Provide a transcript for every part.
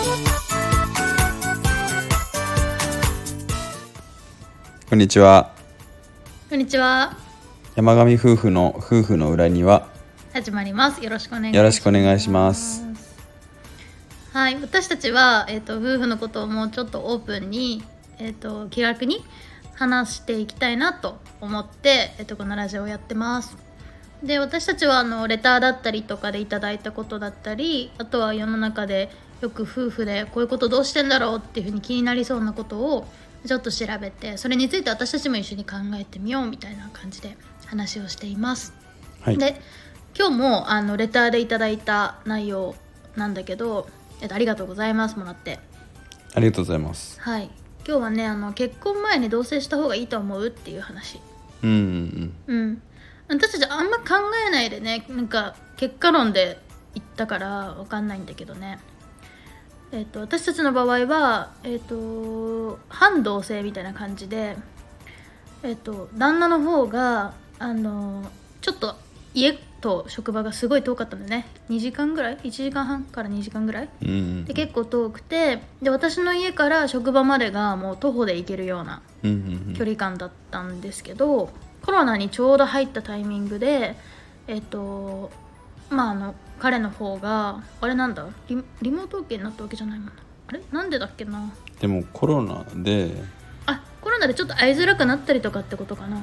こんにちは。 こんにちは。 山上夫婦の夫婦の裏庭始まります。よろしくお願いします。 よろしくお願いします。 はい、私たちは、夫婦のことをもうちょっとオープンに、気楽に話していきたいなと思って、このラジオをやってます。で、私たちはレターだったりとかでいただいたことだったり、あとは世の中でよく夫婦でこういうことどうしてんだろうっていうふうに気になりそうなことをちょっと調べて、それについて私たちも一緒に考えてみようみたいな感じで話をしています。 はい、 で、今日もレターでいただいた内容なんだけど、ありがとうございます。もらってありがとうございます。 はい、今日はね結婚前に同棲した方がいいと思うっていう話。私たちあんま考えないでね、なんか結果論で言ったから分かんないんだけどね。私たちの場合は半同棲みたいな感じで、旦那の方がちょっと家と職場がすごい遠かったんだよね。2時間ぐらい、1時間半から2時間ぐらい、で結構遠くて、で私の家から職場までがもう徒歩で行けるような距離感だったんですけど、コロナにちょうど入ったタイミングで彼の方があれなんだ、リモート OK になったわけじゃないもんな。あれなんでだっけな。 でもコロナでちょっと会いづらくなったりとかってことかな。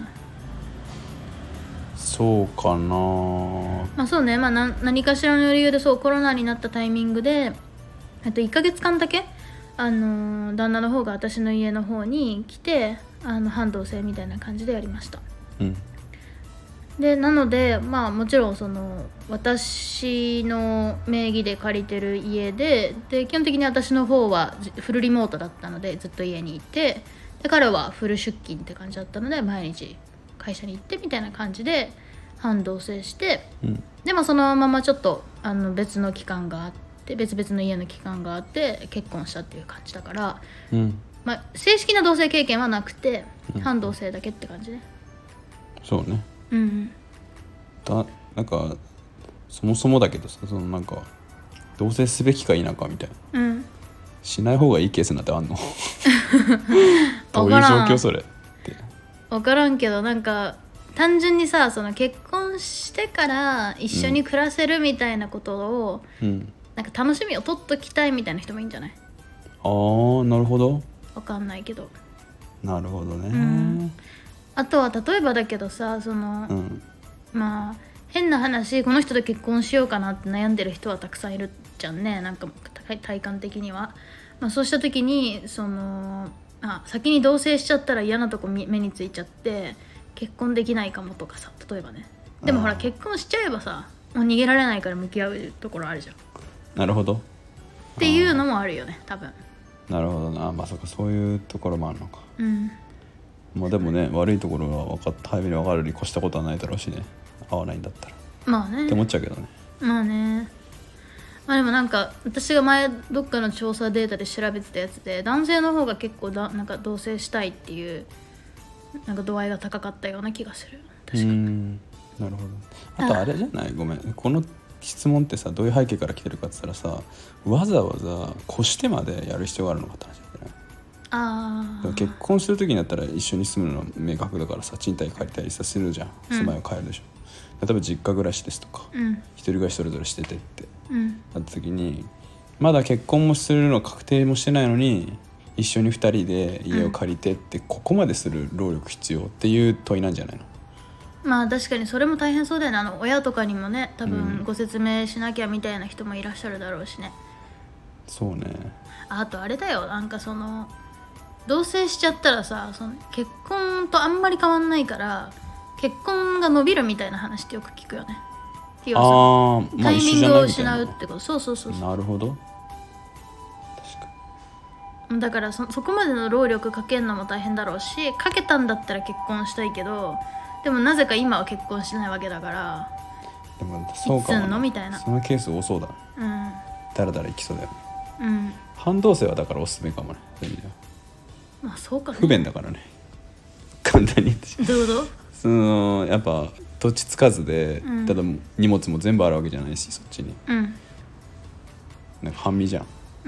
そうかな。 そうね、何かしらの理由でコロナになったタイミングで1ヶ月間だけ旦那の方が私の家の方に来て半同棲みたいな感じでやりました。でなのでもちろん私の名義で借りてる家で基本的に私の方はフルリモートだったのでずっと家にいて、で彼はフル出勤って感じだったので毎日会社に行ってみたいな感じで半同棲して、でそのままちょっと別の期間があって、別々の家の期間があって結婚したっていう感じだから、正式な同棲経験はなくて、半同棲だけって感じね。 そうね。なんかそもそもだけどさ、なんか同棲すべきか否かみたいな、しない方がいいケースなんてあんのどういう状況それって分からんけど、なんか単純にさ、結婚してから一緒に暮らせるみたいなことを、なんか楽しみを取っときたいみたいな人もいいんじゃない？ なるほど。 分かんないけど。 なるほどね。 あとは例えばだけどさ、変な話、この人と結婚しようかなって悩んでる人はたくさんいるじゃんね。なんか体感的には、そうした時に先に同棲しちゃったら嫌なとこ目についちゃって結婚できないかもとかさ、例えばね。でもほら結婚しちゃえばさ、もう逃げられないから向き合うところあるじゃん。 なるほどっていうのもあるよね、多分。 なるほどな。そういうところもあるのか。でもね、悪いところは早めに分かるに越したことはないだろうしね、合わないんだったらって思っちゃうけどね。 でもなんか私が前どっかの調査データで調べてたやつで、男性の方が結構なんか同棲したいっていうなんか度合いが高かったような気がする。確かに。 なるほど。あとあれじゃない、ごめん、この質問ってさ、どういう背景から来てるかって言ったらさ、わざわざ越してまでやる必要があるのかって話だよね。結婚する時になったら一緒に住むのは明確だからさ、賃貸借りたりさするじゃん。住まいを変えるでしょ。例えば実家暮らしですとか、一人暮らしそれぞれしててってなった時に、まだ結婚もするの確定もしてないのに一緒に2人で家を借りてって、ここまでする労力必要っていう問いなんじゃないの？ 確かにそれも大変そうだよね。親とかにもね、多分ご説明しなきゃみたいな人もいらっしゃるだろうしね。 そうね。 あとあれだよ、なんか同棲しちゃったらさ、結婚とあんまり変わんないから結婚が伸びるみたいな話ってよく聞くよね。タイミングを失うってこと。そうなるほど。確かだからそこまでの労力かけるのも大変だろうし、かけたんだったら結婚したいけど、でもなぜか今は結婚しないわけだから、 でもそうかも、 いつんのみたいな。 そのケース多そうだ。だらだらいきそうだよね。半同棲はだからおすすめかもね。そういう意味ではそうかね。 不便だからね、簡単に言ってどういうこと？ やっぱ土地つかずで、ただ荷物も全部あるわけじゃないし、そっちに、なんか半身じゃん。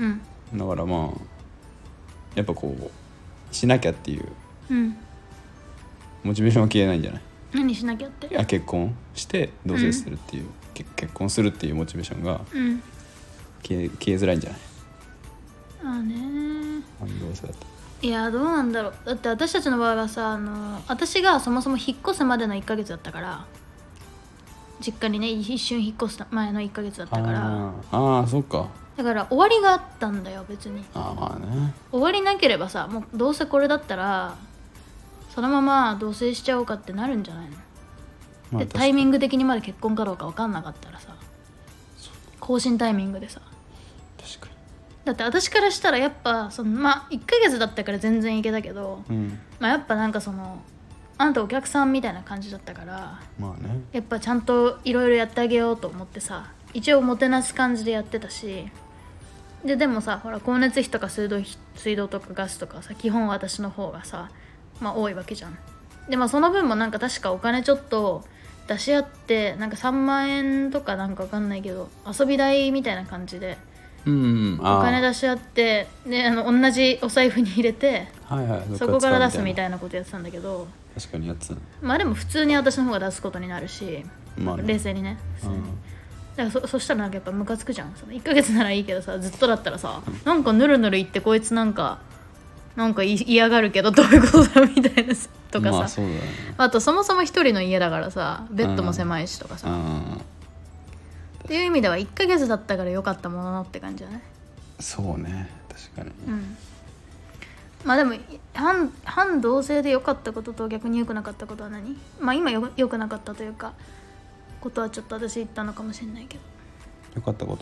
だからまあやっぱこうしなきゃっていうモチベーションは消えないんじゃない？ 何しなきゃって？ いや結婚して同棲するっていう、結婚するっていうモチベーションが消えづらいんじゃない？ ああね。 同棲だった。 いやどうなんだろう。だって私たちの場合はさ、私がそもそも引っ越すまでの1ヶ月だったから、実家にね一瞬引っ越す前の1ヶ月だったから。 ああそっか。 だから終わりがあったんだよ別に。 ああまあね。 終わりなければさ、もうどうせこれだったらそのまま同棲しちゃおうかってなるんじゃないの？ まあ、 でタイミング的にまで結婚かどうか分かんなかったらさ、更新タイミングでさ。 確かに。 だって私からしたらやっぱまあ1ヶ月だったから全然いけたけど、まあやっぱなんかあんたお客さんみたいな感じだったから、 まあね、 やっぱちゃんといろいろやってあげようと思ってさ、一応もてなす感じでやってたし、でもさほら光熱費とか水道とかガスとかさ基本私の方がさまあ多いわけじゃん。でまあその分もなんか確かお金ちょっと出し合ってなんか3万円とかなんか分かんないけど遊び代みたいな感じでお金出し合ってで同じお財布に入れて、そこから出すみたいなことやってたんだけど、 確かにやつまあでも普通に私の方が出すことになるし、まあね、冷静にね、だからそしたらなんかやっぱムカつくじゃん。1ヶ月ならいいけどさ、ずっとだったらさ、なんかぬるぬる言ってこいつなんか嫌がるけどどういうことだみたいなとかさ、 まあそうだね、 あとそもそも一人の家だからさベッドも狭いしとかさ、っていう意味では1ヶ月だったから良かったもののって感じじゃない？ そうね確かに、 まあでも反同性で良かったことと逆に良くなかったことは何？まあ今良くなかったというかことはちょっと私言ったのかもしれないけど、 良かったこと、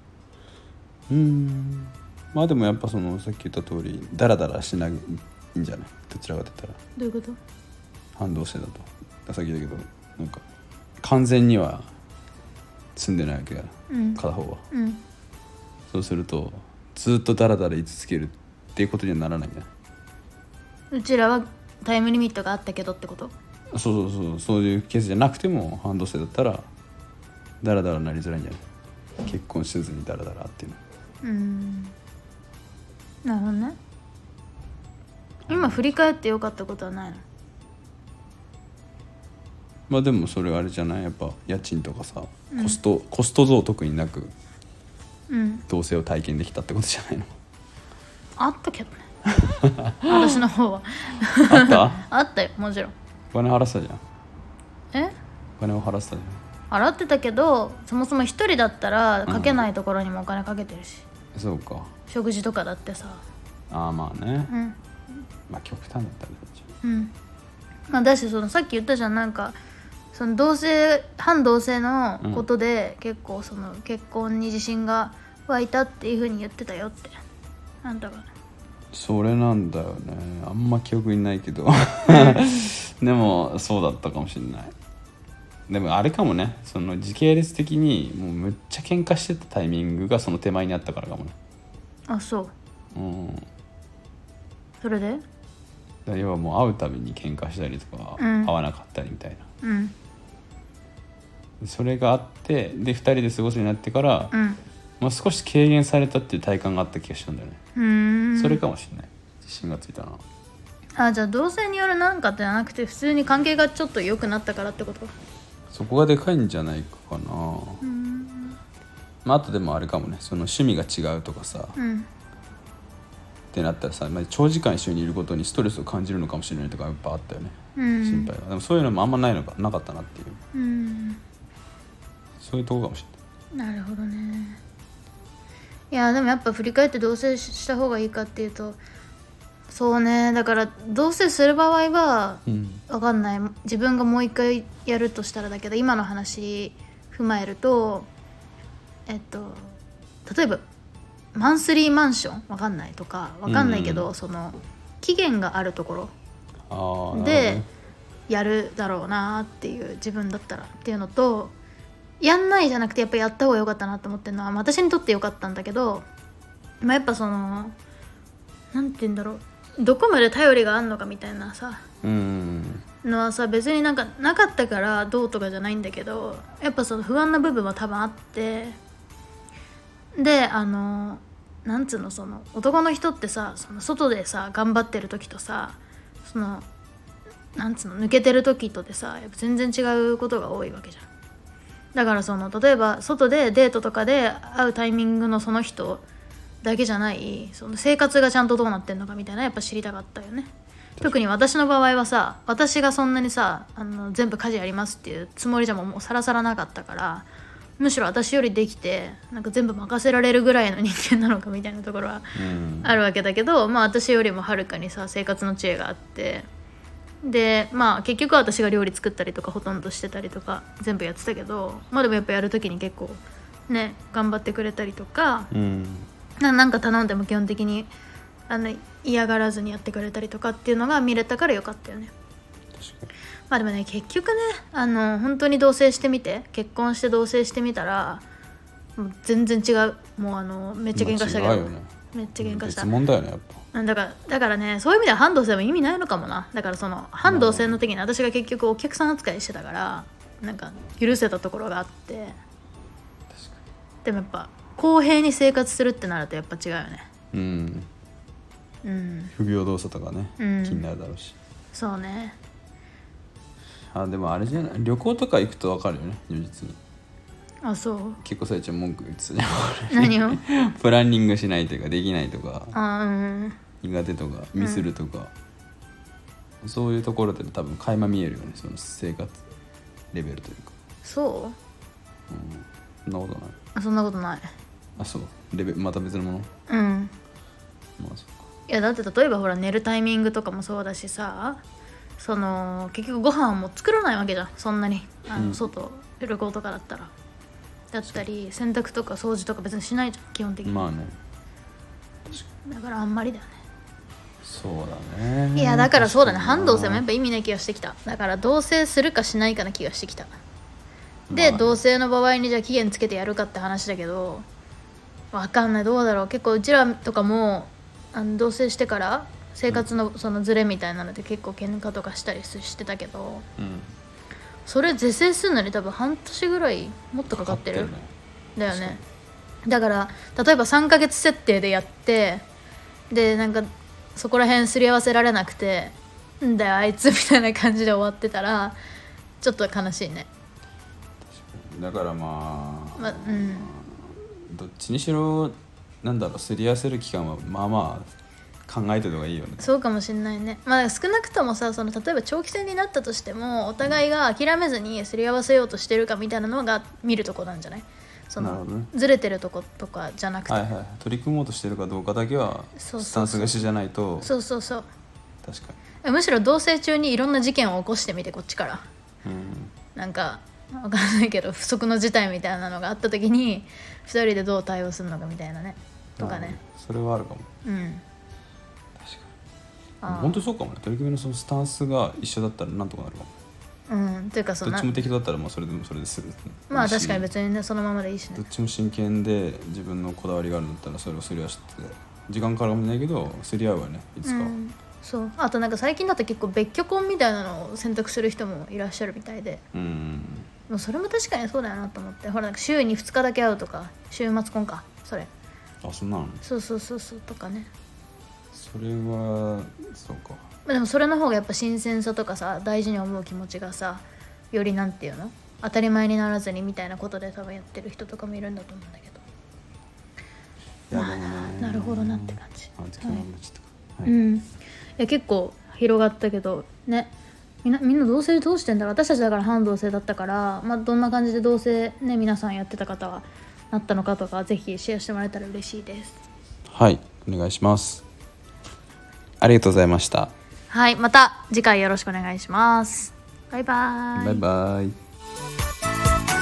まあでもやっぱさっき言った通りダラダラしないんじゃない？どちらかと言ったら。 どういうこと？ 反同性だとさっき言ったけどなんか完全には住んでないわけや、片方は、そうするとずっとダラダラ言い続けるっていうことにはならないんじゃない？ うちらはタイムリミットがあったけどってこと？ そういうケースじゃなくても反同性だったらダラダラなりづらいんじゃない？結婚せずにダラダラっていうの。なるほどね。今振り返って良かったことはないの？ まあでもそれはあれじゃない？やっぱ家賃とかさ、コスト増特になく同棲を体験できたってことじゃないの？ あったけどね私の方はあったあったよもちろん。 お金払ってたじゃん。 お金を払ってたじゃん。払ってたけどそもそも一人だったらかけないところにもお金かけてるし、 そうか。 食事とかだってさ。 まあね、まあ極端だったね。 まあだしさっき言ったじゃん、なんか反同性のことで結構結婚に自信が湧いたっていう風に言ってたよってあんたが。 それなんだよね、あんま記憶にないけどでもそうだったかもしれない。でもあれかもね、時系列的にもうむっちゃ喧嘩してたタイミングがその手前にあったからかもね。 あ、そう。それで要はもう会うたびに喧嘩したりとか、会わなかったりみたいな、それがあってで2人で過ごすようになってから、まあ、少し軽減されたっていう体感があった気がしたんだよね。それかもしれない、自信がついたな。 じゃあ同性によるなんかじゃなくて普通に関係がちょっと良くなったからってこと？ そこがでかいんじゃないかな。まああとでもあれかもね、趣味が違うとかさ、ってなったらさ、長時間一緒にいることにストレスを感じるのかもしれないとかやっぱあったよね、心配は。でもそういうのもあんまなかったなっていう、そういうとこかもしれない。 なるほどね。いやでもやっぱ振り返って同棲した方がいいかっていうと、そうね、だから同棲する場合は、分かんない、自分がもう一回やるとしたらだけど、今の話踏まえると例えばマンスリーマンション分かんないとか分かんないけど、期限があるところでやるだろうなっていう、自分だったらっていうのと、やんないじゃなくてやっぱやった方が良かったなと思ってるのは、私にとって良かったんだけど、やっぱなんて言うんだろう、どこまで頼りがあんのかみたいなさ、のはさ、別になんかなかったからどうとかじゃないんだけど、やっぱ不安な部分は多分あって、でなんなんつうの、その男の人ってさ、その外でさ頑張ってる時とさ、そのなんつうの抜けてる時とでさ、やっぱ全然違うことが多いわけじゃん。だからその例えば外でデートとかで会うタイミングのその人だけじゃない、その生活がちゃんとどうなってんのかみたいなやっぱ知りたかったよね。特に私の場合はさ、私がそんなにさ全部家事やりますっていうつもりじゃもうさらさらなかったから、むしろ私よりできてなんか全部任せられるぐらいの人間なのかみたいなところはあるわけだけど、まあ私よりもはるかにさ生活の知恵があって、でまあ結局は私が料理作ったりとかほとんどしてたりとか全部やってたけど、まあでもやっぱやる時に結構ね頑張ってくれたりとか、なんか頼んでも基本的に嫌がらずにやってくれたりとかっていうのが見れたからよかったよね。まあでもね結局ね本当に同棲してみて、結婚して同棲してみたらもう全然違う。もうめっちゃ喧嘩したけど、ね、めっちゃ喧嘩した。 別物だよねやっぱ。 だからね、そういう意味では半同棲も意味ないのかもな。だからその半同棲の時に私が結局お客さん扱いしてたからなんか許せたところがあって、確かに。でもやっぱ公平に生活するってなるとやっぱ違うよね。不平等さとかね、気になるだろうし。そうね。 でもあれじゃない、旅行とか行くと分かるよね、如実に。 あ、そう。 結構さえちゃん文句言ってたじゃん。何をプランニングしないというかできないとか、 苦手とかミスるとか、そういうところで多分垣間見えるよね、その生活レベルというか。 そう、 そんなことない。 そんなことない。 そうまた別のもの。 まあそうか。いやだって例えばほら寝るタイミングとかもそうだしさ、その結局ご飯も作らないわけじゃん、そんなに外旅行とかだったり洗濯とか掃除とか別にしないじゃん基本的に。 まあね、 だからあんまりだよね。 そうだね。 いやだからそうだね、半同棲もやっぱ意味ない気がしてきた。だから同棲するかしないかな気がしてきた。で、同棲の場合にじゃあ期限つけてやるかって話だけど、わかんない、どうだろう。結構うちらとかも同棲してから生活のそのズレみたいなので結構喧嘩とかしたりしてたけど、それ是正するのに多分半年ぐらいもっとかかってるね。だよね。だから例えば3ヶ月設定でやって、でなんかそこら辺すり合わせられなくてんだよあいつみたいな感じで終わってたらちょっと悲しいね。 だからどっちにしろなんだろう、すり合わせる期間はまあまあ考えておいた方がいいよね。 そうかもしれないね。まあ少なくともさ、その例えば長期戦になったとしてもお互いが諦めずにすり合わせようとしてるかみたいなのが見るとこなんじゃない？そのずれてるとことかじゃなくて、 取り組もうとしてるかどうかだけはスタンスが一緒じゃないと。 そう確かに。むしろ同棲中にいろんな事件を起こしてみて、こっちから、なんか分かんないけど不測の事態みたいなのがあった時に2人でどう対応するのかみたいなね、とかね。 それはあるかも。確かに。本当にそうかもね。取り組みのそのスタンスが一緒だったらなんとかなるかも。 というかどっちも適当だったらそれでする。 まあ確かに別にね、そのままでいいしね。 どっちも真剣で自分のこだわりがあるんだったらそれをすり合わせて、時間かかるかもしれないけどすり合うわね、いつかは。 そう。あとなんか最近だと結構別居婚みたいなのを選択する人もいらっしゃるみたいで、もうそれも確かにそうだよなと思って。ほらなんか週に2日だけ会うとか、週末婚かそれ。 そんなの。 そうとかね。 それはそうか。 でもそれの方がやっぱ新鮮さとかさ、大事に思う気持ちがさ、よりなんていうの、当たり前にならずにみたいなことで多分やってる人とかもいるんだと思うんだけど。なるほどなって感じ。いや結構広がったけどね。みんな同棲どうしてんだろう。私たちだから半同棲だったから、どんな感じで同棲ね皆さんやってた方はなったのかとか、ぜひシェアしてもらえたら嬉しいです。 はい、お願いします。ありがとうございました。 はい、また次回よろしくお願いします。バイバイ。 バイバイ。